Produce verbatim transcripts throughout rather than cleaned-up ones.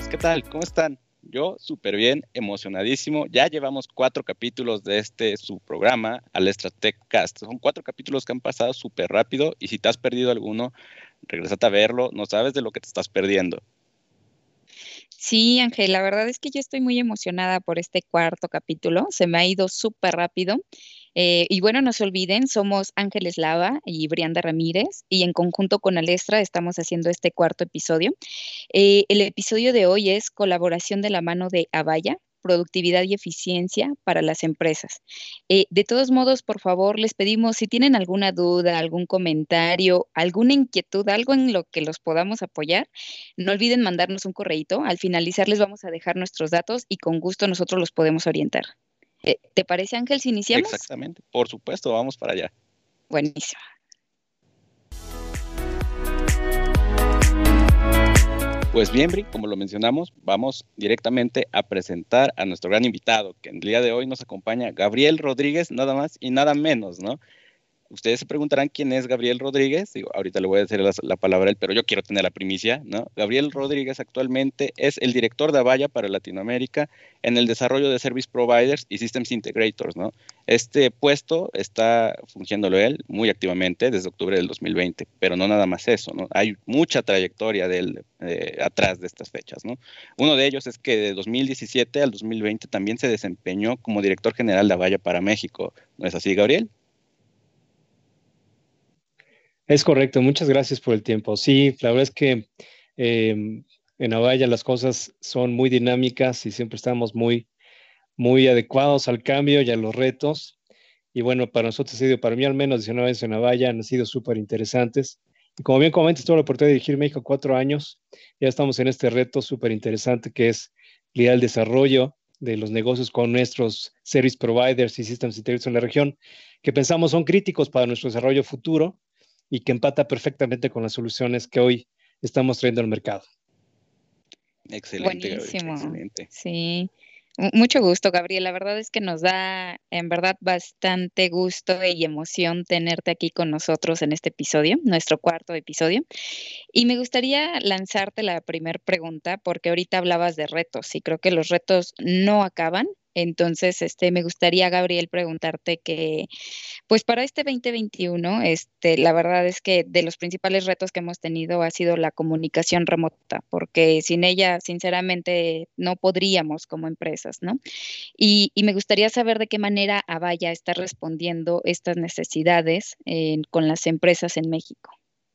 amigos, ¿qué tal? ¿Cómo están? Yo súper bien, emocionadísimo. Ya llevamos cuatro capítulos de este su programa, Alestra TechCast. Son cuatro capítulos que han pasado súper rápido y si te has perdido alguno, regresate a verlo. No sabes de lo que te estás perdiendo. Sí, Ángel, la verdad es que yo estoy muy emocionada por este cuarto capítulo. Se me ha ido súper rápido. Eh, y bueno, no se olviden, somos Ángeles Lava y Brianda Ramírez y en conjunto con Alestra estamos haciendo este cuarto episodio. Eh, el episodio de hoy es colaboración de la mano de Avaya, productividad y eficiencia para las empresas. Eh, de todos modos, por favor, les pedimos si tienen alguna duda, algún comentario, alguna inquietud, algo en lo que los podamos apoyar, no olviden mandarnos un correíto. Al finalizar les vamos a dejar nuestros datos y con gusto nosotros los podemos orientar. Eh, ¿Te parece, Ángel, si iniciamos? Exactamente, por supuesto, vamos para allá. Buenísimo. Pues bien, Bri, como lo mencionamos, vamos directamente a presentar a nuestro gran invitado, que en el día de hoy nos acompaña Gabriel Rodríguez, nada más y nada menos, ¿no? Ustedes se preguntarán quién es Gabriel Rodríguez. Digo, ahorita le voy a decir la, la palabra a él, pero yo quiero tener la primicia, ¿no? Gabriel Rodríguez actualmente es el director de Avaya para Latinoamérica en el desarrollo de Service Providers y Systems Integrators, ¿no? Este puesto está fungiéndolo él muy activamente desde octubre del dos mil veinte, pero no nada más eso, ¿no? Hay mucha trayectoria de él eh, atrás de estas fechas, ¿no? Uno de ellos es que de dos mil diecisiete al dos mil veinte también se desempeñó como director general de Avaya para México. ¿No es así, Gabriel? Es correcto, muchas gracias por el tiempo. Sí, la verdad es que eh, en Avaya las cosas son muy dinámicas y siempre estamos muy, muy adecuados al cambio y a los retos. Y bueno, para nosotros ha sido, para mí al menos, diecinueve años en Avaya han sido súper interesantes. Y como bien comentas, tuve la oportunidad de dirigir México cuatro años. Ya estamos en este reto súper interesante que es liderar el desarrollo de los negocios con nuestros service providers y systems integrators en la región, que pensamos son críticos para nuestro desarrollo futuro y que empata perfectamente con las soluciones que hoy estamos trayendo al mercado. Excelente, Gabriel, Buenísimo. excelente. Sí. M- Mucho gusto, Gabriel. La verdad es que nos da en verdad bastante gusto y emoción tenerte aquí con nosotros en este episodio, nuestro cuarto episodio. Y me gustaría lanzarte la primera pregunta porque ahorita hablabas de retos y creo que los retos no acaban. Entonces, este, me gustaría, Gabriel, preguntarte que, pues para este dos mil veintiuno, este, la verdad es que de los principales retos que hemos tenido ha sido la comunicación remota, porque sin ella, sinceramente, no podríamos como empresas, ¿no? Y, y me gustaría saber de qué manera Avaya está respondiendo estas necesidades eh, con las empresas en México.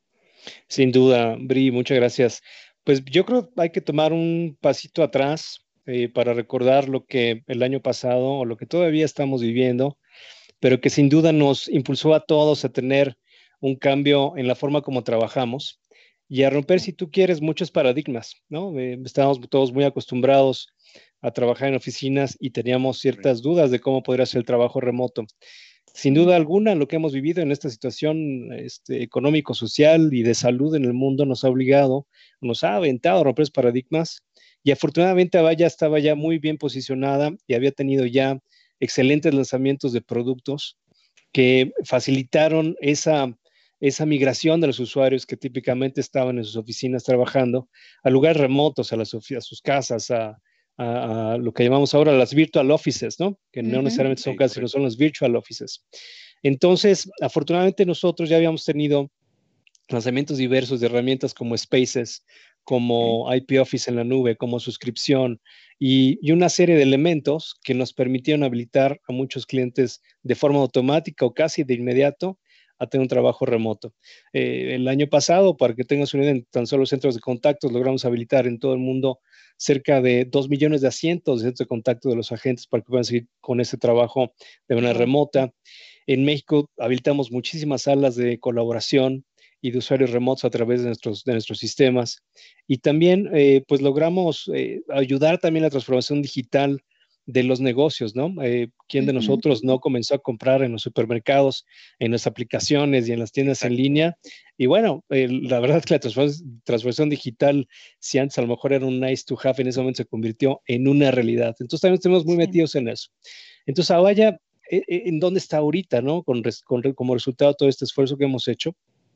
Sin duda, Bri, muchas gracias. Pues yo creo que hay que tomar un pasito atrás eh, para recordar lo que el año pasado o lo que todavía estamos viviendo, pero que sin duda nos impulsó a todos a tener un cambio en la forma como trabajamos y a romper, si tú quieres, muchos paradigmas, ¿no? Eh, estábamos todos muy acostumbrados a trabajar en oficinas y teníamos ciertas dudas de cómo podría ser el trabajo remoto. Sin duda alguna, lo que hemos vivido en esta situación este, económico, social y de salud en el mundo nos ha obligado, nos ha aventado a romper los paradigmas y afortunadamente Avaya estaba ya muy bien posicionada y había tenido ya excelentes lanzamientos de productos que facilitaron esa, esa migración de los usuarios que típicamente estaban en sus oficinas trabajando a lugares remotos, a, las, a sus casas, a, a, a, lo que llamamos ahora las virtual offices, ¿no? Que no uh-huh. necesariamente son sí, casas, sino son los virtual offices. Entonces, afortunadamente nosotros ya habíamos tenido lanzamientos diversos de herramientas como Spaces, como I P Office en la nube, como suscripción y, y, una serie de elementos que nos permitieron habilitar a muchos clientes de forma automática o casi de inmediato a tener un trabajo remoto. Eh, el año pasado, para que tengas una idea, en tan solo centros de contactos logramos habilitar en todo el mundo cerca de dos millones de asientos de centros de contacto de los agentes para que puedan seguir con ese trabajo de manera uh-huh. remota. En México habilitamos muchísimas salas de colaboración y de usuarios remotos a través de nuestros, de nuestros sistemas. Y también, eh, pues, logramos eh, ayudar también a la transformación digital de los negocios, ¿no? Eh, ¿Quién de nosotros no comenzó a comprar en los supermercados, en las aplicaciones y en las tiendas Exacto. en línea? Y bueno, eh, la verdad es que la transformación, transformación digital, si antes a lo mejor era un nice to have, en ese momento se convirtió en una realidad. Entonces también estamos muy sí. metidos en eso. Entonces, Avaya, eh, ¿en dónde está ahorita, no? Con, con, como resultado de todo este esfuerzo que hemos hecho.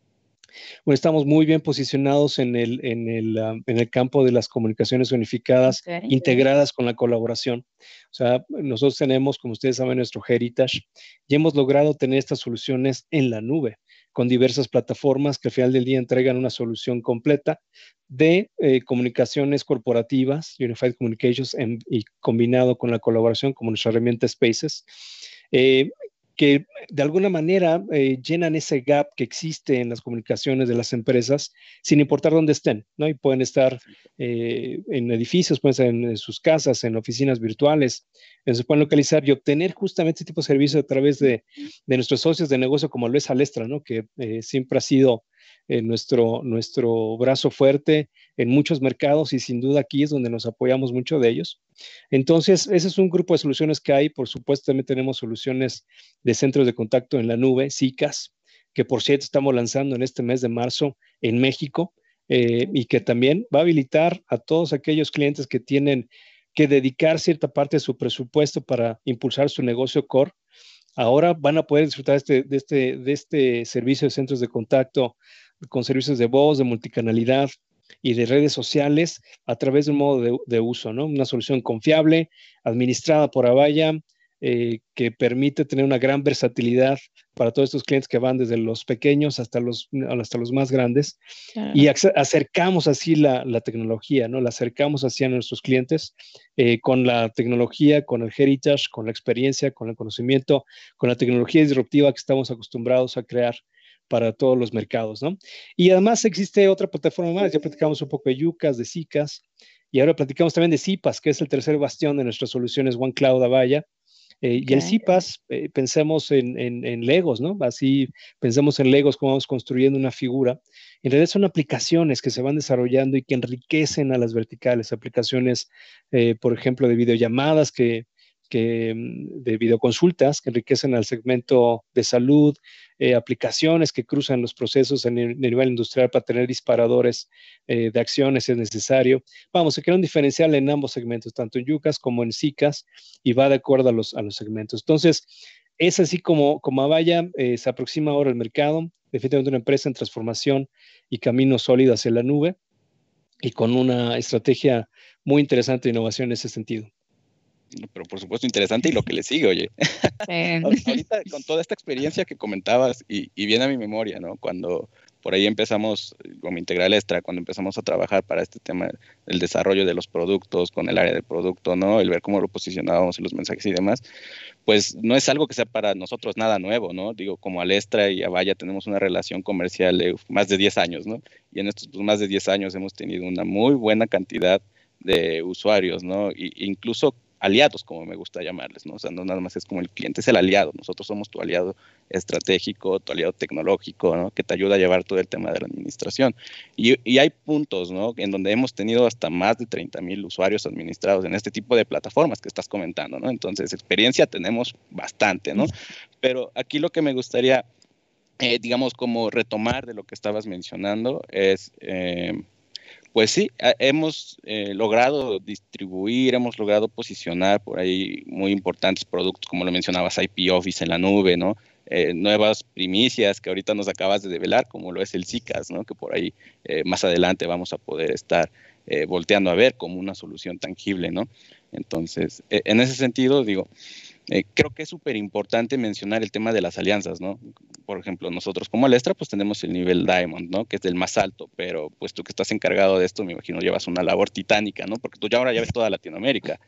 Bueno, estamos muy bien posicionados en el, en el, um, en el campo de las comunicaciones unificadas, Ok. integradas con la colaboración. O sea, nosotros tenemos, como ustedes saben, nuestro Heritage y hemos logrado tener estas soluciones en la nube, con diversas plataformas que al final del día entregan una solución completa de eh, comunicaciones corporativas, Unified Communications, en, y combinado con la colaboración como nuestra herramienta Spaces. Eh, que de alguna manera eh, llenan ese gap que existe en las comunicaciones de las empresas, sin importar dónde estén, ¿no? Y pueden estar eh, en edificios, pueden estar en, en, sus casas, en oficinas virtuales, se pueden localizar y obtener justamente este tipo de servicios a través de, de nuestros socios de negocio, como lo es Alestra, ¿no? Que eh, siempre ha sido eh, nuestro, nuestro brazo fuerte en muchos mercados y sin duda aquí es donde nos apoyamos mucho de ellos. Entonces, ese es un grupo de soluciones que hay. Por supuesto, también tenemos soluciones de centros de contacto en la nube, SICAS, que por cierto estamos lanzando en este mes de marzo en México eh, y que también va a habilitar a todos aquellos clientes que tienen que dedicar cierta parte de su presupuesto para impulsar su negocio core. Ahora van a poder disfrutar este, de, este, de este servicio de centros de contacto con servicios de voz, de multicanalidad y de redes sociales a través de un modo de, de uso, ¿no? Una solución confiable, administrada por Avaya, eh, que permite tener una gran versatilidad para todos estos clientes que van desde los pequeños hasta los, hasta los más grandes. Claro. Y acercamos así la, la tecnología, ¿no? La acercamos así a nuestros clientes eh, con la tecnología, con el heritage, con la experiencia, con el conocimiento, con la tecnología disruptiva que estamos acostumbrados a crear para todos los mercados, ¿no? Y además existe otra plataforma más, ya platicamos un poco de Yucas, de SICAS, y ahora platicamos también de CIPAS, que es el tercer bastión de nuestras soluciones OneCloud Avaya. Eh, okay. Y el CIPAS, eh, pensemos en, en, en Legos, ¿no? Así pensemos en Legos, cómo vamos construyendo una figura. En realidad son aplicaciones que se van desarrollando y que enriquecen a las verticales, aplicaciones, eh, por ejemplo, de videollamadas que, que, de videoconsultas que enriquecen al segmento de salud, eh, aplicaciones que cruzan los procesos en el, en el nivel industrial para tener disparadores eh, de acciones si es necesario. Vamos, se crea un diferencial en ambos segmentos, tanto en Yucas como en SICAS, y va de acuerdo a los, a los segmentos. Entonces, es así como, como Avaya eh, se aproxima ahora al mercado, definitivamente una empresa en transformación y camino sólido hacia la nube, y con una estrategia muy interesante de innovación en ese sentido. Pero por supuesto interesante y lo que le sigue, oye. Eh. Ahorita con toda esta experiencia que comentabas y, y viene a mi memoria, ¿no? Cuando por ahí empezamos, como Integral Extra, cuando empezamos a trabajar para este tema del desarrollo de los productos, con el área de producto, ¿no? El ver cómo lo posicionábamos en los mensajes y demás, pues no es algo que sea para nosotros nada nuevo, ¿no? Digo, como Alestra y Avaya tenemos una relación comercial de más de diez años, ¿no? Y en estos pues, más de diez años hemos tenido una muy buena cantidad de usuarios, ¿no? Y, incluso aliados, como me gusta llamarles, ¿no? O sea, no nada más es como el cliente, es el aliado. Nosotros somos tu aliado estratégico, tu aliado tecnológico, ¿no? Que te ayuda a llevar todo el tema de la administración. Y, y hay puntos, ¿no? En donde hemos tenido hasta más de treinta mil usuarios administrados en este tipo de plataformas que estás comentando, ¿no? Entonces, experiencia tenemos bastante, ¿no? Pero aquí lo que me gustaría, eh, digamos, como retomar de lo que estabas mencionando es... Eh, Pues sí, hemos eh, logrado distribuir, hemos logrado posicionar por ahí muy importantes productos, como lo mencionabas, I P Office en la nube, ¿no? Eh, nuevas primicias que ahorita nos acabas de develar, como lo es el SICAS, ¿no? Que por ahí eh, más adelante vamos a poder estar eh, volteando a ver como una solución tangible, ¿no? Entonces, eh, en ese sentido, digo, Eh, creo que es súper importante mencionar el tema de las alianzas, ¿no? Por ejemplo, nosotros como Alestra, pues tenemos el nivel Diamond, ¿no? Que es del más alto, pero pues tú que estás encargado de esto, me imagino llevas una labor titánica, ¿no? Porque tú ya ahora ya ves toda Latinoamérica.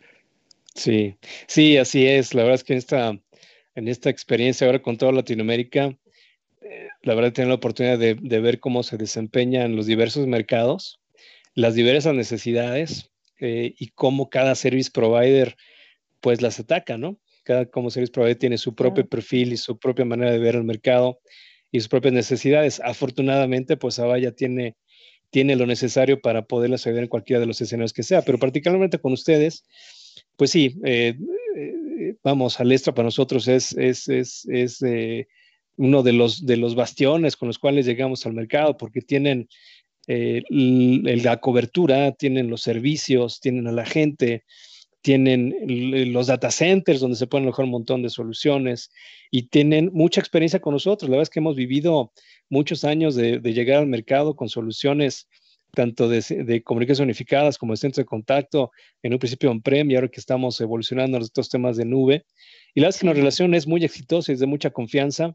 Sí, sí, así es. La verdad es que en esta, en esta experiencia ahora con toda Latinoamérica, eh, la verdad he tenido la oportunidad de, de ver cómo se desempeñan los diversos mercados, las diversas necesidades eh, y cómo cada service provider pues las ataca, ¿no? Cada como service provider tiene su propio perfil y su propia manera de ver el mercado y sus propias necesidades. Afortunadamente, pues Avaya tiene, tiene lo necesario para poderlas ayudar en cualquiera de los escenarios que sea, pero particularmente con ustedes, pues sí, eh, eh, vamos, Alestra para nosotros es, es, es, es eh, uno de los, de los bastiones con los cuales llegamos al mercado, porque tienen eh, la cobertura, tienen los servicios, tienen a la gente, tienen los data centers donde se pueden alojar un montón de soluciones y tienen mucha experiencia con nosotros. La verdad es que hemos vivido muchos años de, de llegar al mercado con soluciones tanto de, de comunicaciones unificadas como de centro de contacto, en un principio on-prem y ahora que estamos evolucionando a estos temas de nube. Y la verdad es que la relación es muy exitosa y es de mucha confianza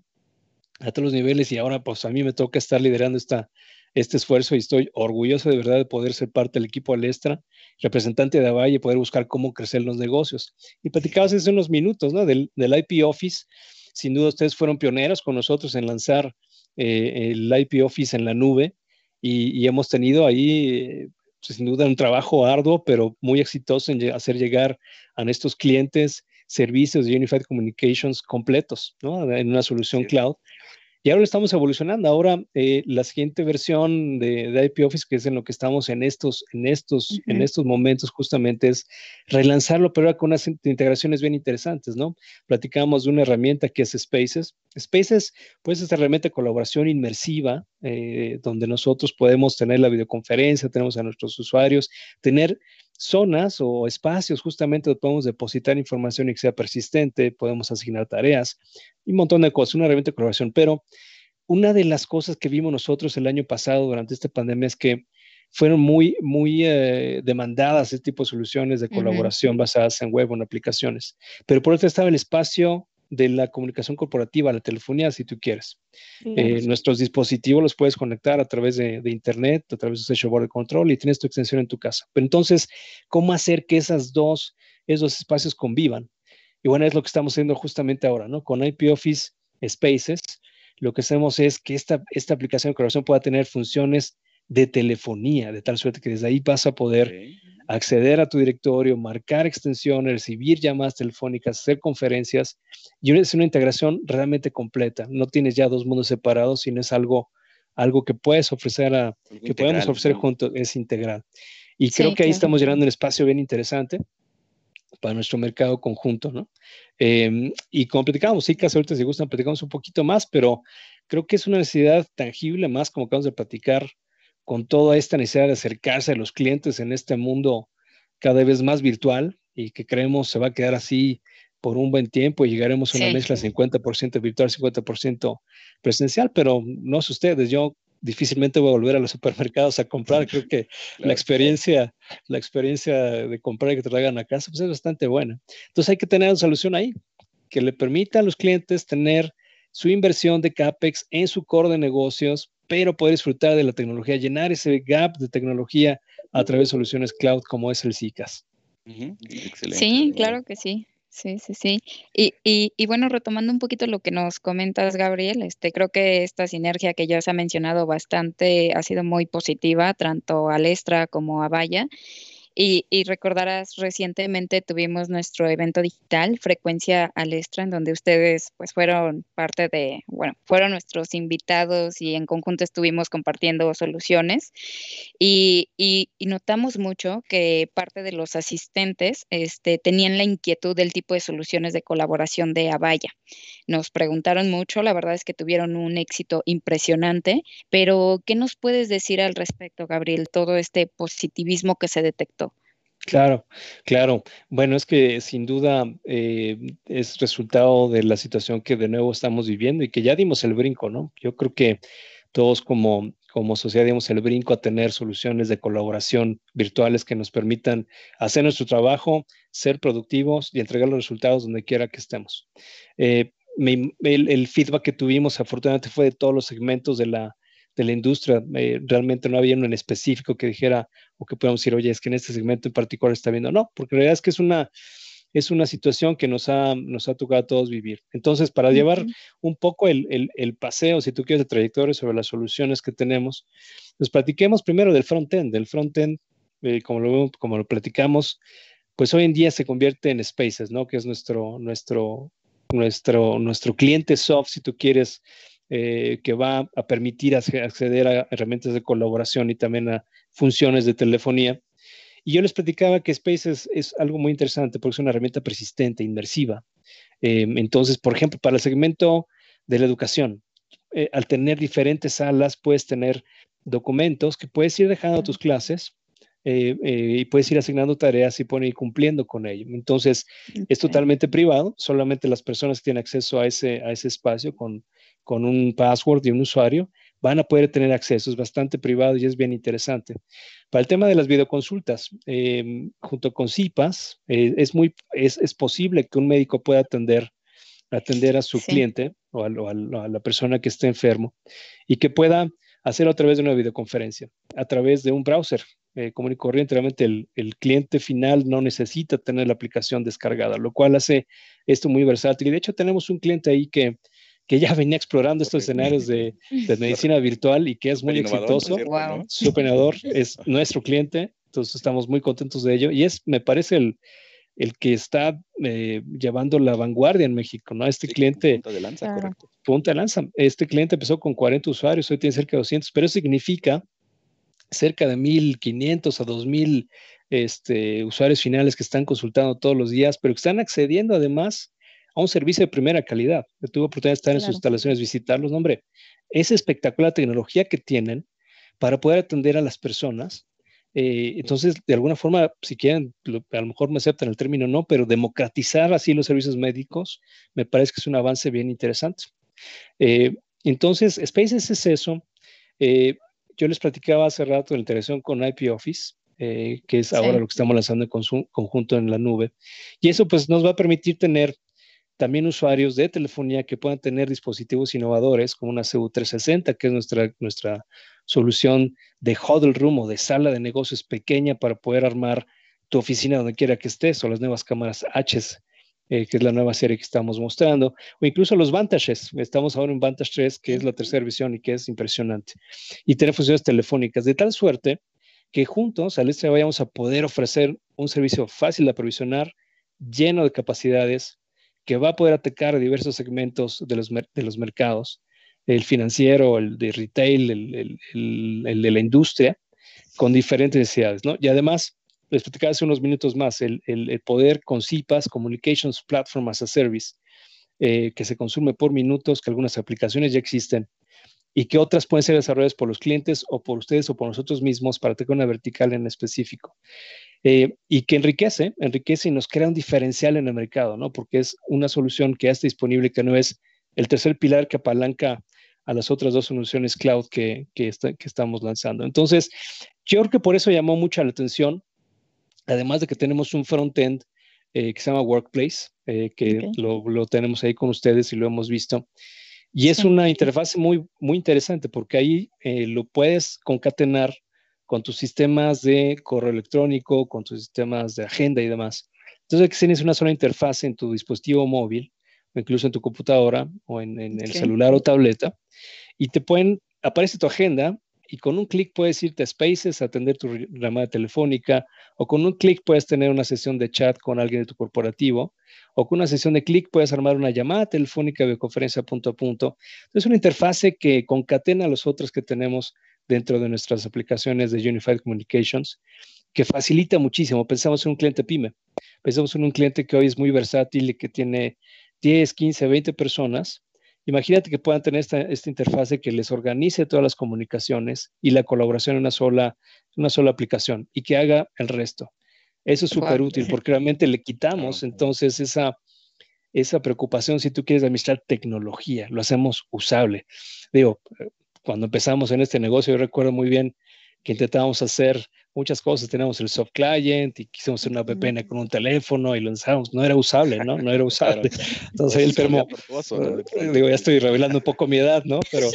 a todos los niveles y ahora pues a mí me toca estar liderando esta, este esfuerzo y estoy orgulloso de verdad de poder ser parte del equipo Alestra, representante de Avaya y poder buscar cómo crecer los negocios. Y platicabas hace unos minutos, ¿no? Del, del I P Office. Sin duda ustedes fueron pioneros con nosotros en lanzar eh, el I P Office en la nube y, y hemos tenido ahí eh, sin duda un trabajo arduo, pero muy exitoso en hacer llegar a nuestros clientes servicios de Unified Communications completos, ¿no? En una solución sí. Cloud. Y ahora lo estamos evolucionando. Ahora eh, la siguiente versión de, de I P Office, que es en lo que estamos en estos, en estos, uh-huh. en estos momentos justamente, es relanzarlo, pero ahora con unas integraciones bien interesantes, ¿no? Platicamos de una herramienta que es Spaces. Spaces, pues, es esta herramienta de colaboración inmersiva, eh, donde nosotros podemos tener la videoconferencia, tenemos a nuestros usuarios, tener zonas o espacios justamente donde podemos depositar información y que sea persistente, podemos asignar tareas y un montón de cosas, una herramienta de colaboración. Pero una de las cosas que vimos nosotros el año pasado durante esta pandemia es que fueron muy, muy eh, demandadas este tipo de soluciones de colaboración uh-huh. basadas en web o en aplicaciones. Pero por otro estaba el espacio de la comunicación corporativa, la telefonía, si tú quieres. Claro, eh, sí. Nuestros dispositivos los puedes conectar a través de, de internet, a través de Session Board de Control y tienes tu extensión en tu casa. Pero entonces, ¿cómo hacer que esas dos, esos espacios convivan? Y bueno, es lo que estamos haciendo justamente ahora, ¿no? Con I P Office Spaces, lo que hacemos es que esta, esta aplicación de colaboración pueda tener funciones de telefonía, de tal suerte que desde ahí vas a poder okay. acceder a tu directorio, marcar extensiones, recibir llamadas telefónicas, hacer conferencias, y es una integración realmente completa. No tienes ya dos mundos separados, sino es algo, algo que puedes ofrecer, a, que integral, podemos ofrecer ¿no? juntos, es integral. Y sí, creo que ahí claro. estamos llenando un espacio bien interesante para nuestro mercado conjunto, ¿no? Eh, y como platicábamos, sí, casi ahorita si gustan platicamos un poquito más, pero creo que es una necesidad tangible, más como acabamos de platicar, con toda esta necesidad de acercarse a los clientes en este mundo cada vez más virtual y que creemos se va a quedar así por un buen tiempo y llegaremos a una sí, mezcla sí. cincuenta por ciento virtual, cincuenta por ciento presencial, pero no sé ustedes, yo difícilmente voy a volver a los supermercados a comprar, creo que claro, la experiencia, claro. la experiencia de comprar y que te traigan a casa pues es bastante buena. Entonces hay que tener una solución ahí que le permita a los clientes tener su inversión de CAPEX en su core de negocios, pero poder disfrutar de la tecnología, llenar ese gap de tecnología a través de soluciones cloud como es el C I C A S. Uh-huh. Excelente. Sí, claro que sí. Sí, sí, sí. Y, y, y bueno, retomando un poquito lo que nos comentas, Gabriel, este, creo que esta sinergia que ya se ha mencionado bastante ha sido muy positiva, tanto a Alestra como a Avaya. Y, y recordarás, recientemente tuvimos nuestro evento digital, Frecuencia Alestra, en donde ustedes pues fueron parte de, bueno, fueron nuestros invitados y en conjunto estuvimos compartiendo soluciones. Y, y, y notamos mucho que parte de los asistentes este, tenían la inquietud del tipo de soluciones de colaboración de Avaya. Nos preguntaron mucho, la verdad es que tuvieron un éxito impresionante, pero ¿qué nos puedes decir al respecto, Gabriel, todo este positivismo que se detectó? Claro, claro. Bueno, es que sin duda eh, es resultado de la situación que de nuevo estamos viviendo y que ya dimos el brinco, ¿no? Yo creo que todos como, como sociedad dimos el brinco a tener soluciones de colaboración virtuales que nos permitan hacer nuestro trabajo, ser productivos y entregar los resultados donde quiera que estemos. Eh, me, el, el feedback que tuvimos afortunadamente fue de todos los segmentos de la de la industria, eh, realmente no había uno en específico que dijera o que podamos decir, oye, es que en este segmento en particular está viendo, no, porque en realidad es que es una, es una situación que nos ha, nos ha tocado a todos vivir. Entonces, para uh-huh. llevar un poco el, el, el paseo, si tú quieres, de trayectoria sobre las soluciones que tenemos, nos platiquemos primero del front-end, del front-end, eh, como, lo, como lo platicamos, pues hoy en día se convierte en Spaces, ¿no? Que es nuestro, nuestro, nuestro, nuestro cliente soft, si tú quieres, Eh, que va a permitir acceder a herramientas de colaboración y también a funciones de telefonía. Y yo les platicaba que Spaces es algo muy interesante porque es una herramienta persistente, inmersiva. Eh, entonces, por ejemplo, para el segmento de la educación, eh, al tener diferentes salas, puedes tener documentos que puedes ir dejando a tus clases eh, eh, y puedes ir asignando tareas y poner ir cumpliendo con ello. Entonces, okay. Es totalmente privado, solamente las personas que tienen acceso a ese, a ese espacio con, con un password y un usuario van a poder tener acceso. Es bastante privado y es bien interesante. Para el tema de las videoconsultas, eh, junto con C I P A S, eh, es, muy, es, es posible que un médico pueda atender, atender a su sí. cliente o a, o a la persona que esté enfermo y que pueda hacerlo a través de una videoconferencia, a través de un browser eh, común y corriente. Realmente el, el cliente final no necesita tener la aplicación descargada, lo cual hace esto muy versátil. Y de hecho tenemos un cliente ahí que, que ya venía explorando estos escenarios de, de medicina virtual y que es muy exitoso, cierto, wow. Súper innovador, es nuestro cliente, entonces estamos muy contentos de ello y es, me parece, el, el que está eh, llevando la vanguardia en México, ¿no? Este sí, cliente... Punta de lanza, claro. Correcto. Punta de lanza. Este cliente empezó con cuarenta usuarios, hoy tiene cerca de doscientos, pero eso significa cerca de mil quinientos a dos mil este, usuarios finales que están consultando todos los días, pero que están accediendo además a un servicio de primera calidad. Yo tuve oportunidad de estar claro. en sus instalaciones, visitarlos. No, hombre, es espectacular la tecnología que tienen para poder atender a las personas. Eh, entonces, de alguna forma, si quieren, lo, a lo mejor me aceptan el término no, pero democratizar así los servicios médicos me parece que es un avance bien interesante. Eh, entonces, Spaces es eso. Eh, yo les platicaba hace rato de la integración con I P Office, eh, que es sí. ahora lo que estamos lanzando en conjunto en la nube. Y eso pues nos va a permitir tener también usuarios de telefonía que puedan tener dispositivos innovadores como una C U trescientos sesenta, que es nuestra, nuestra solución de huddle room o de sala de negocios pequeña para poder armar tu oficina donde quiera que estés, o las nuevas cámaras H, eh, que es la nueva serie que estamos mostrando, o incluso los Vantages. Estamos ahora en Vantage tres, que es la tercera versión y que es impresionante. Y tener funciones telefónicas, de tal suerte que juntos al este vayamos a poder ofrecer un servicio fácil de aprovisionar, lleno de capacidades, que va a poder atacar a diversos segmentos de los, de los mercados, el financiero, el de retail, el, el, el, el de la industria, con diferentes necesidades, ¿no? Y además, les platicaba hace unos minutos más, el, el, el poder con C I P A S, Communications Platform as a Service, eh, que se consume por minutos, que algunas aplicaciones ya existen, y que otras pueden ser desarrolladas por los clientes o por ustedes o por nosotros mismos para tener una vertical en específico. Eh, y que enriquece, enriquece y nos crea un diferencial en el mercado, ¿no? Porque es una solución que ya está disponible, que no es el tercer pilar que apalanca a las otras dos soluciones cloud que, que, está, que estamos lanzando. Entonces, yo creo que por eso llamó mucha la atención, además de que tenemos un front-end eh, que se llama Workplace, eh, que okay. lo, lo tenemos ahí con ustedes y lo hemos visto. Y es sí. una interfaz muy, muy interesante porque ahí eh, lo puedes concatenar con tus sistemas de correo electrónico, con tus sistemas de agenda y demás. Entonces, que tienes una sola interfaz en tu dispositivo móvil, o incluso en tu computadora, o en, en okay. el celular o tableta, y te pueden, aparece tu agenda, y con un clic puedes irte a Spaces, a atender tu llamada telefónica, o con un clic puedes tener una sesión de chat con alguien de tu corporativo, o con una sesión de clic puedes armar una llamada telefónica de videoconferencia punto a punto. Entonces, es una interfase que concatena a los otros que tenemos dentro de nuestras aplicaciones de Unified Communications, que facilita muchísimo. Pensamos en un cliente pyme, pensamos en un cliente que hoy es muy versátil y que tiene diez, quince, veinte personas. Imagínate que puedan tener esta, esta interfase que les organice todas las comunicaciones y la colaboración en una sola, una sola aplicación y que haga el resto. Eso es súper útil porque realmente le quitamos entonces esa, esa preocupación si tú quieres administrar tecnología, lo hacemos usable. Digo, cuando empezamos en este negocio, yo recuerdo muy bien que intentábamos hacer muchas cosas. Teníamos el soft client y quisimos hacer una V P N con un teléfono y lo lanzamos. No era usable, ¿no? No era usable. Entonces el termo, ¿no? Digo, ya estoy revelando un poco mi edad, ¿no? Pero,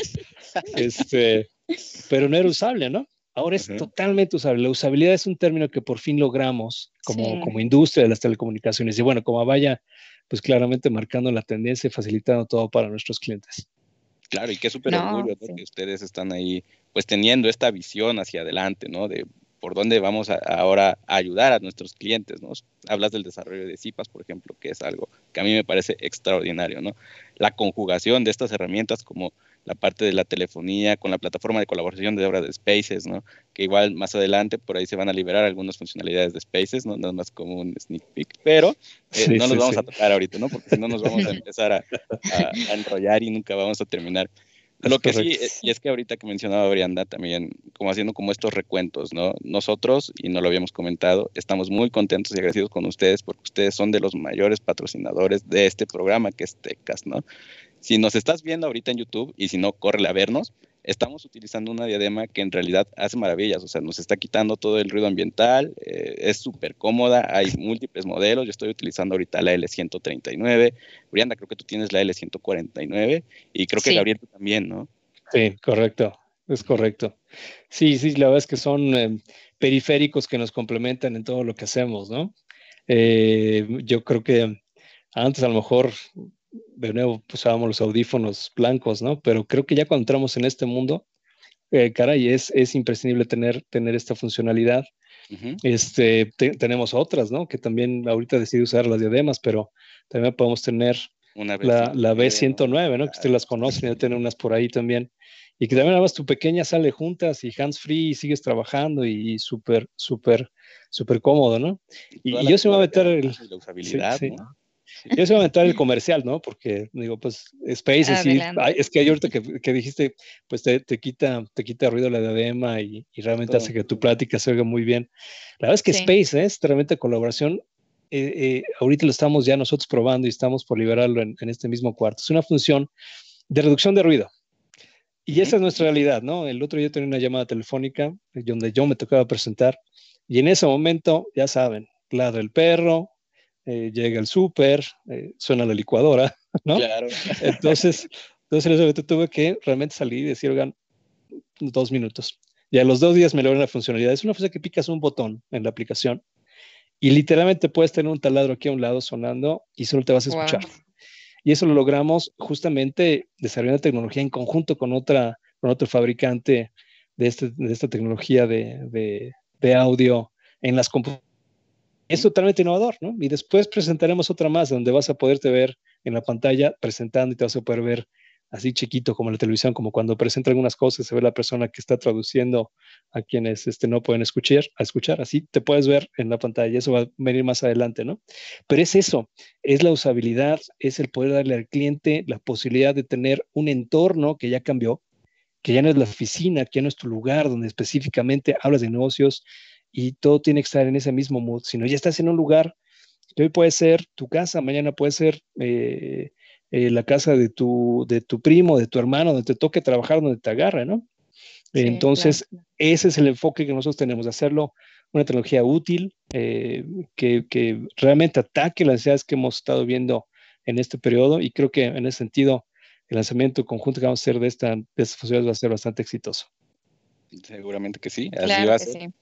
este, pero no era usable, ¿no? Ahora es uh-huh. totalmente usable. La usabilidad es un término que por fin logramos como, sí. como industria de las telecomunicaciones. Y bueno, como vaya, pues claramente marcando la tendencia y facilitando todo para nuestros clientes. Claro, y qué súper no, orgullo, ¿no? Sí. Que ustedes están ahí, pues teniendo esta visión hacia adelante, ¿no? De por dónde vamos a, ahora a ayudar a nuestros clientes, ¿no? Hablas del desarrollo de C I P A S, por ejemplo, que es algo que a mí me parece extraordinario, ¿no? La conjugación de estas herramientas como la parte de la telefonía con la plataforma de colaboración de obra de Spaces, ¿no? Que igual más adelante por ahí se van a liberar algunas funcionalidades de Spaces, ¿no? Nada más como un sneak peek, pero eh, sí, no sí, nos vamos sí. a tocar ahorita, ¿no? Porque si no nos vamos a empezar a, a, a enrollar y nunca vamos a terminar. Lo que sí, y es que ahorita que mencionaba Brianda también, como haciendo como estos recuentos, ¿no? Nosotros, y no lo habíamos comentado, estamos muy contentos y agradecidos con ustedes porque ustedes son de los mayores patrocinadores de este programa que es TechCast, ¿no? Si nos estás viendo ahorita en YouTube y si no, córrele a vernos, estamos utilizando una diadema que en realidad hace maravillas, o sea, nos está quitando todo el ruido ambiental, eh, es súper cómoda, hay múltiples modelos, yo estoy utilizando ahorita la L ciento treinta y nueve, Brianda, creo que tú tienes la L ciento cuarenta y nueve y creo que sí. Gabriel tú también, ¿no? Sí, correcto, es correcto. Sí, sí, la verdad es que son eh, periféricos que nos complementan en todo lo que hacemos, ¿no? Eh, yo creo que antes a lo mejor de nuevo usábamos los audífonos blancos, ¿no? Pero creo que ya cuando entramos en este mundo, eh, caray, es, es imprescindible tener, tener esta funcionalidad. Uh-huh. Este, te, tenemos otras, ¿no? Que también ahorita decidí usar las diademas, pero también podemos tener Una la, la B ciento nueve, ¿no? Que ustedes las conocen, ya tienen unas por ahí también. Y que también además tu pequeña sale juntas y hands free y sigues trabajando y súper, súper, súper cómodo, ¿no? Y, y yo se me voy a meter el... La usabilidad, sí, sí. ¿no? Yo se voy a meter el comercial, ¿no? Porque digo, pues Space, sí, ay, es que hay ahorita que, que dijiste, pues te, te, quita, te quita ruido la diadema y, y realmente Todo. hace que tu plática se oiga muy bien. La verdad es que sí. Space ¿eh? es realmente colaboración. Eh, eh, ahorita lo estamos ya nosotros probando y estamos por liberarlo en, en este mismo cuarto. Es una función de reducción de ruido. Y esa es nuestra realidad, ¿no? El otro día tenía una llamada telefónica donde yo me tocaba presentar y en ese momento, ya saben, ladra el perro, eh, llega el súper, eh, suena la licuadora, ¿no? Claro. Entonces, entonces en ese tuve que realmente salir y decir, oigan, dos minutos. Y a los dos días me logran la funcionalidad. Es una cosa que picas un botón en la aplicación y literalmente puedes tener un taladro aquí a un lado sonando y solo te vas a escuchar. Wow. Y eso lo logramos justamente desarrollando tecnología en conjunto con, otra, con otro fabricante de, este, de esta tecnología de, de, de audio en las computadoras. Es totalmente innovador, ¿no? Y después presentaremos otra más donde vas a poderte ver en la pantalla presentando y te vas a poder ver así chiquito como en la televisión, como cuando presenta algunas cosas, se ve la persona que está traduciendo a quienes este, no pueden escuchar, a escuchar, así te puedes ver en la pantalla y eso va a venir más adelante, ¿no? Pero es eso, es la usabilidad, es el poder darle al cliente la posibilidad de tener un entorno que ya cambió, que ya no es la oficina, que ya no es tu lugar donde específicamente hablas de negocios y todo tiene que estar en ese mismo mood, sino ya estás en un lugar que hoy puede ser tu casa, mañana puede ser eh, eh, la casa de tu, de tu primo, de tu hermano, donde te toque trabajar, donde te agarre, ¿no? Sí, Entonces, claro. Ese es el enfoque que nosotros tenemos, de hacerlo una tecnología útil, eh, que, que realmente ataque las necesidades que hemos estado viendo en este periodo, y creo que en ese sentido el lanzamiento conjunto que vamos a hacer de, esta, de estas funciones va a ser bastante exitoso. Seguramente que sí, así claro va a que ser. Sí.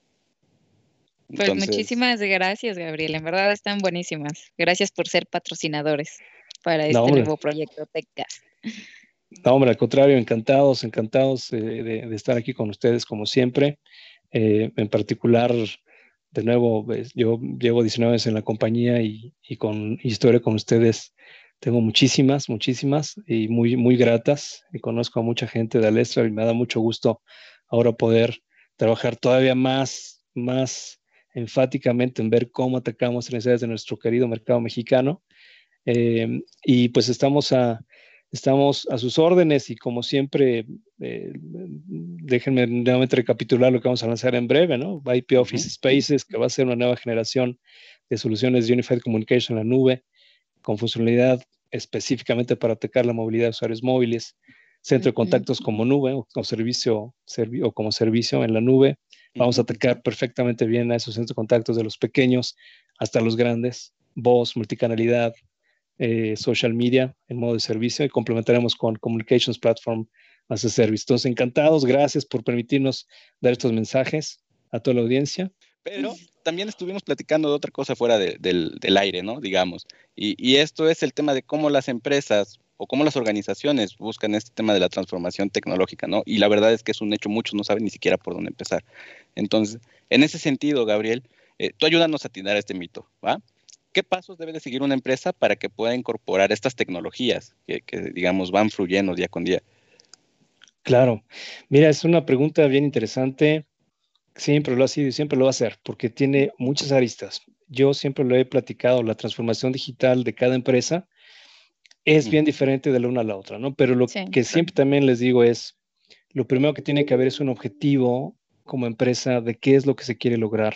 Pues Entonces... muchísimas gracias, Gabriel. En verdad están buenísimas. Gracias por ser patrocinadores para este no, nuevo proyecto TechCast. No, hombre, al contrario, encantados, encantados eh, de, de estar aquí con ustedes como siempre. Eh, en particular, de nuevo, pues, yo llevo diecinueve años en la compañía y, y con historia con ustedes tengo muchísimas, muchísimas y muy, muy gratas. Y conozco a mucha gente de Alestra y me da mucho gusto ahora poder trabajar todavía más, más enfáticamente en ver cómo atacamos las necesidades de nuestro querido mercado mexicano. Eh, y pues estamos a, estamos a sus órdenes y como siempre, eh, déjenme nuevamente recapitular lo que vamos a lanzar en breve, ¿no? I P Office uh-huh. Spaces, que va a ser una nueva generación de soluciones de Unified Communication en la nube, con funcionalidad específicamente para atacar la movilidad de usuarios móviles, centro de contactos como nube o, o servicio servi o como servicio en la nube. Vamos a atacar perfectamente bien a esos centros de contactos de los pequeños hasta los grandes, voz, multicanalidad, eh, social media en modo de servicio, y complementaremos con Communications Platform as a Service. Entonces, encantados, gracias por permitirnos dar estos mensajes a toda la audiencia. Pero también estuvimos platicando de otra cosa fuera de, del, del aire, ¿no? Digamos. Y, y esto es el tema de cómo las empresas o cómo las organizaciones buscan este tema de la transformación tecnológica, ¿no? Y la verdad es que es un hecho, muchos no saben ni siquiera por dónde empezar. Entonces, en ese sentido, Gabriel, eh, tú ayúdanos a atinar este mito, ¿va? ¿Qué pasos debe de seguir una empresa para que pueda incorporar estas tecnologías que, que digamos, van fluyendo día con día? Claro. Mira, es una pregunta bien interesante. Siempre lo ha sido y siempre lo va a ser, porque tiene muchas aristas. Yo siempre lo he platicado, la transformación digital de cada empresa es bien diferente de la una a la otra, ¿no? Pero lo Sí. que siempre también les digo es, lo primero que tiene que haber es un objetivo como empresa de qué es lo que se quiere lograr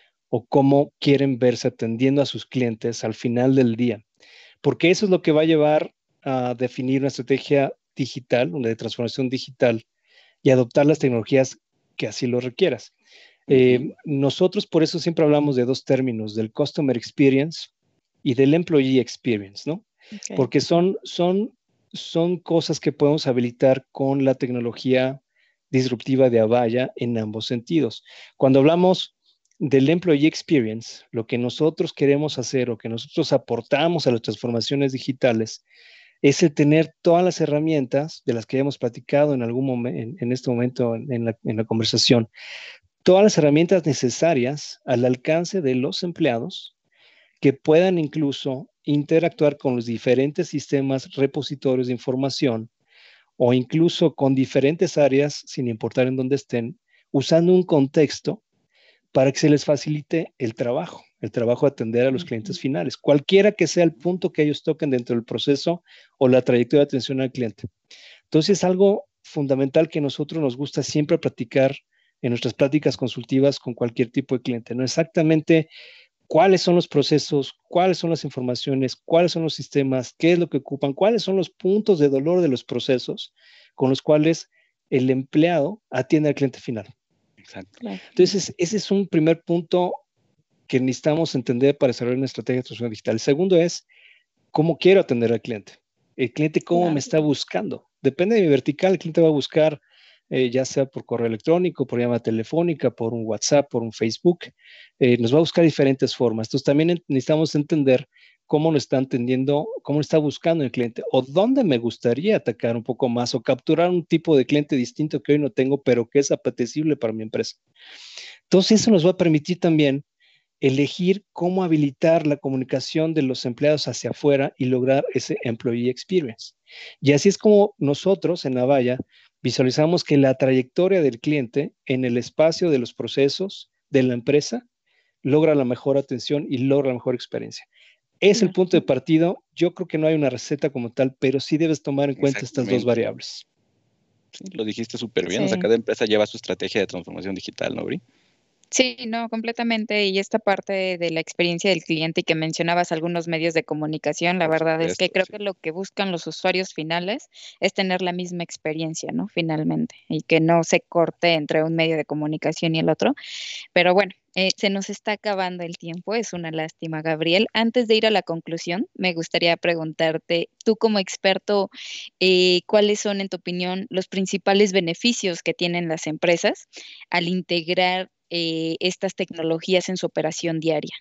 o cómo quieren verse atendiendo a sus clientes al final del día, porque eso es lo que va a llevar a definir una estrategia digital, una de transformación digital y adoptar las tecnologías que así lo requieras. Eh, Ujú. nosotros por eso siempre hablamos de dos términos, del Customer Experience y del Employee Experience, ¿no? Okay. Porque son, son, son cosas que podemos habilitar con la tecnología disruptiva de Avaya en ambos sentidos. Cuando hablamos del Employee Experience, lo que nosotros queremos hacer o que nosotros aportamos a las transformaciones digitales es el tener todas las herramientas de las que hemos platicado en algún momento, en, en este momento en la, en la conversación, todas las herramientas necesarias al alcance de los empleados que puedan incluso interactuar con los diferentes sistemas repositorios de información o incluso con diferentes áreas, sin importar en dónde estén, usando un contexto para que se les facilite el trabajo, el trabajo de atender a los clientes finales, cualquiera que sea el punto que ellos toquen dentro del proceso o la trayectoria de atención al cliente. Entonces, es algo fundamental que a nosotros nos gusta siempre practicar en nuestras pláticas consultivas con cualquier tipo de cliente, ¿no? Exactamente cuáles son los procesos, cuáles son las informaciones, cuáles son los sistemas, qué es lo que ocupan, cuáles son los puntos de dolor de los procesos con los cuales el empleado atiende al cliente final. Exacto. Entonces, ese es un primer punto que necesitamos entender para desarrollar una estrategia de transformación digital. El segundo es cómo quiero atender al cliente. El cliente cómo Claro. me está buscando. Depende de mi vertical, el cliente va a buscar eh, ya sea por correo electrónico, por llamada telefónica, por un WhatsApp, por un Facebook. Eh, nos va a buscar diferentes formas. Entonces también necesitamos entender cómo nos está entendiendo, cómo está buscando el cliente o dónde me gustaría atacar un poco más o capturar un tipo de cliente distinto que hoy no tengo, pero que es apetecible para mi empresa. Entonces eso nos va a permitir también elegir cómo habilitar la comunicación de los empleados hacia afuera y lograr ese employee experience. Y así es como nosotros en Avaya visualizamos que la trayectoria del cliente en el espacio de los procesos de la empresa logra la mejor atención y logra la mejor experiencia. Es el punto de partida. Yo creo que no hay una receta como tal, pero sí debes tomar en cuenta estas dos variables. Sí, lo dijiste súper bien. Sí. O sea, cada empresa lleva su estrategia de transformación digital, ¿no, Bri? Sí, no, completamente. Y esta parte de la experiencia del cliente y que mencionabas algunos medios de comunicación, la Por verdad es que supuesto, creo sí. que lo que buscan los usuarios finales es tener la misma experiencia, ¿no? Finalmente, y que no se corte entre un medio de comunicación y el otro. Pero bueno, eh, se nos está acabando el tiempo, es una lástima, Gabriel. Antes de ir a la conclusión, me gustaría preguntarte, tú como experto, eh, ¿cuáles son, en tu opinión, los principales beneficios que tienen las empresas al integrar eh, estas tecnologías en su operación diaria?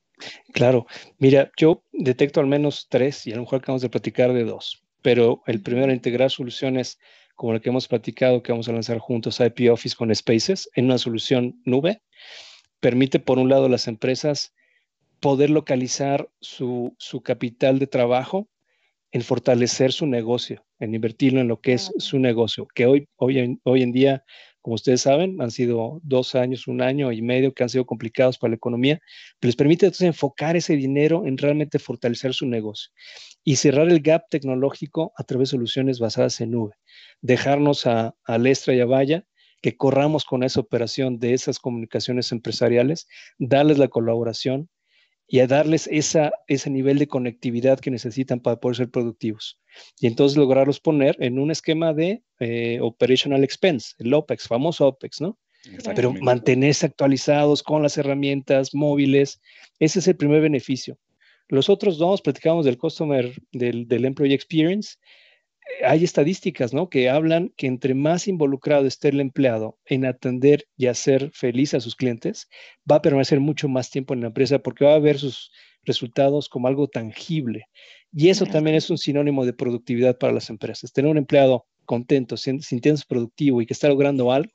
Claro, mira, yo detecto al menos tres y a lo mejor acabamos de platicar de dos, pero el primero, integrar soluciones como la que hemos platicado, que vamos a lanzar juntos, I P Office con Spaces, en una solución nube, permite por un lado a las empresas poder localizar su, su capital de trabajo en fortalecer su negocio, en invertirlo en lo que es su negocio, que hoy, hoy, en, hoy en día, como ustedes saben, han sido dos años, un año y medio que han sido complicados para la economía, pero les permite entonces enfocar ese dinero en realmente fortalecer su negocio y cerrar el gap tecnológico a través de soluciones basadas en nube, dejarnos a, a Lestra y a Avaya que corramos con esa operación de esas comunicaciones empresariales, darles la colaboración y a darles esa, ese nivel de conectividad que necesitan para poder ser productivos. Y entonces lograrlos poner en un esquema de eh, operational expense, el OPEX, famoso OPEX, ¿no? Pero mantenerse actualizados con las herramientas móviles, ese es el primer beneficio. Los otros dos, platicamos del customer, del, del employee experience. Hay estadísticas, ¿no? Que hablan que entre más involucrado esté el empleado en atender y hacer feliz a sus clientes, va a permanecer mucho más tiempo en la empresa porque va a ver sus resultados como algo tangible. Y eso también es un sinónimo de productividad para las empresas. Tener un empleado contento, sintiéndose productivo y que está logrando algo,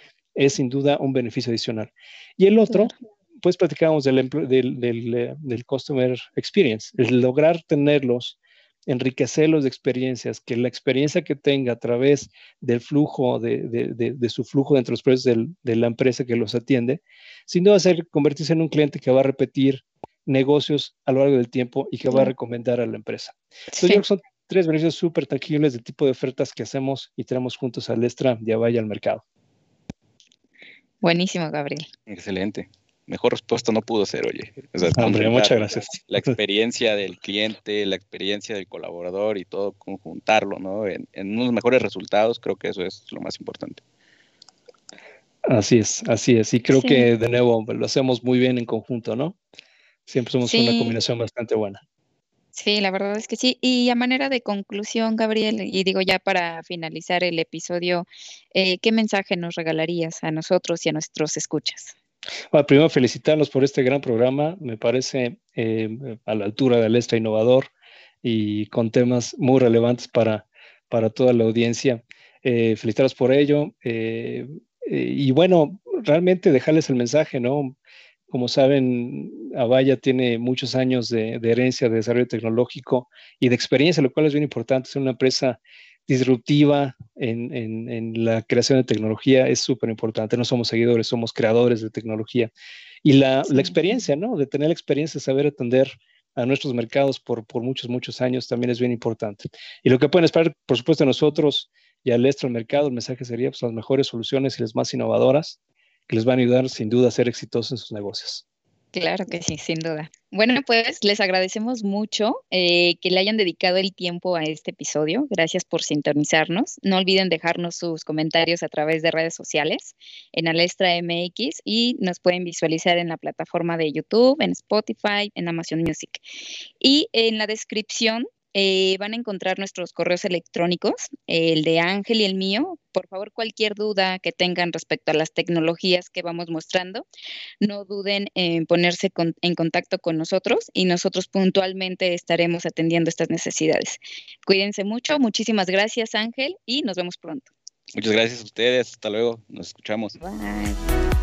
es sin duda un beneficio adicional. Y el otro, claro, pues platicábamos del, del, del, del customer experience, el lograr tenerlos, enriquecerlos de experiencias, que la experiencia que tenga a través del flujo, de, de, de, de su flujo dentro de los procesos del, de la empresa que los atiende, sin duda ser convertirse en un cliente que va a repetir negocios a lo largo del tiempo y que va a recomendar a la empresa. Entonces, sí, yo creo que son tres beneficios súper tangibles del tipo de ofertas que hacemos y tenemos juntos a Alestra y a Avaya al mercado. Buenísimo, Gabriel. Excelente. Mejor respuesta no pudo ser, oye. O sea, Hombre, muchas gracias. La experiencia del cliente, la experiencia del colaborador y todo, conjuntarlo, ¿no? En, en unos mejores resultados, creo que eso es lo más importante. Así es, así es. Y creo sí. que, de nuevo, lo hacemos muy bien en conjunto, ¿no? Siempre somos sí. una combinación bastante buena. Sí, la verdad es que sí. Y a manera de conclusión, Gabriel, y digo ya para finalizar el episodio, eh, ¿qué mensaje nos regalarías a nosotros y a nuestros escuchas? Bueno, primero felicitarlos por este gran programa, me parece eh, a la altura del Alestra Innovador y con temas muy relevantes para, para toda la audiencia. Eh, felicitarlos por ello eh, eh, y bueno, realmente dejarles el mensaje, ¿no? Como saben, Avaya tiene muchos años de, de herencia de desarrollo tecnológico y de experiencia, lo cual es bien importante. Es una empresa disruptiva en, en, en la creación de tecnología, es súper importante. No somos seguidores, somos creadores de tecnología. Y la, sí. la experiencia, ¿no? De tener la experiencia, de saber atender a nuestros mercados por, por muchos, muchos años también es bien importante. Y lo que pueden esperar, por supuesto, de nosotros y al Alestra al mercado, el mensaje sería pues, las mejores soluciones y las más innovadoras que les van a ayudar sin duda a ser exitosos en sus negocios. Claro que sí, sin duda. Bueno, pues les agradecemos mucho eh, que le hayan dedicado el tiempo a este episodio. Gracias por sintonizarnos. No olviden dejarnos sus comentarios a través de redes sociales en Alestra M X y nos pueden visualizar en la plataforma de YouTube, en Spotify, en Amazon Music. Y en la descripción Eh, van a encontrar nuestros correos electrónicos, el de Ángel y el mío. Por favor, cualquier duda que tengan respecto a las tecnologías que vamos mostrando, no duden en ponerse con, en contacto con nosotros y nosotros puntualmente estaremos atendiendo estas necesidades. Cuídense mucho, muchísimas gracias, Ángel, y nos vemos pronto. Muchas gracias a ustedes, hasta luego, nos escuchamos. Bye.